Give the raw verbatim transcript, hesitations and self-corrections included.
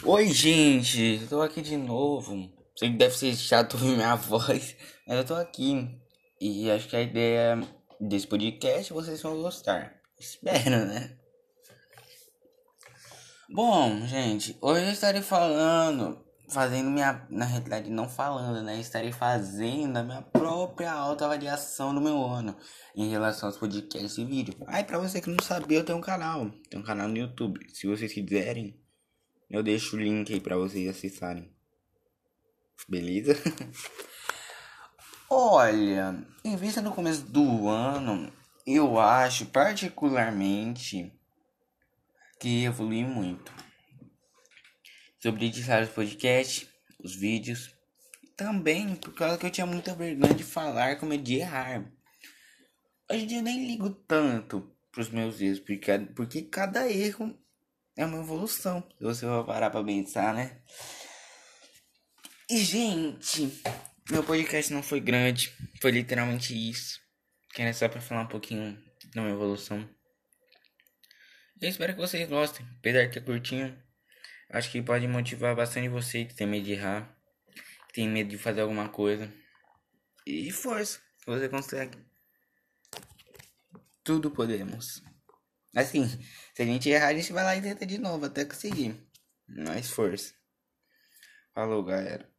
Oi, gente, tô aqui de novo. Sei que deve ser chato ouvir minha voz, mas eu tô aqui. E acho que a ideia desse podcast vocês vão gostar. Espero, né? Bom, gente, hoje eu estarei falando, fazendo minha. Na realidade, não falando, né? Estarei fazendo a minha própria autoavaliação do meu ano em relação aos podcasts e vídeo. Aí, pra você que não sabia, eu tenho um canal. Tenho um canal no YouTube. Se vocês quiserem, eu deixo o link aí pra vocês acessarem. Beleza? Olha, em vista no começo do ano, eu acho particularmente que evolui muito sobre editar os podcasts, os vídeos, também por causa que eu tinha muita vergonha de falar como de errar. Hoje em dia eu nem ligo tanto pros meus erros, porque, porque cada erro é uma evolução. Se você for parar pra pensar, né? E, gente, meu podcast não foi grande, foi literalmente isso. Que era só pra falar um pouquinho da minha evolução. Eu espero que vocês gostem, apesar de ter curtinho. Acho que pode motivar bastante você que tem medo de errar, que tem medo de fazer alguma coisa. E força, você consegue. Tudo podemos. Assim, se a gente errar, a gente vai lá e tenta de novo até conseguir. Mais força. Falou, galera.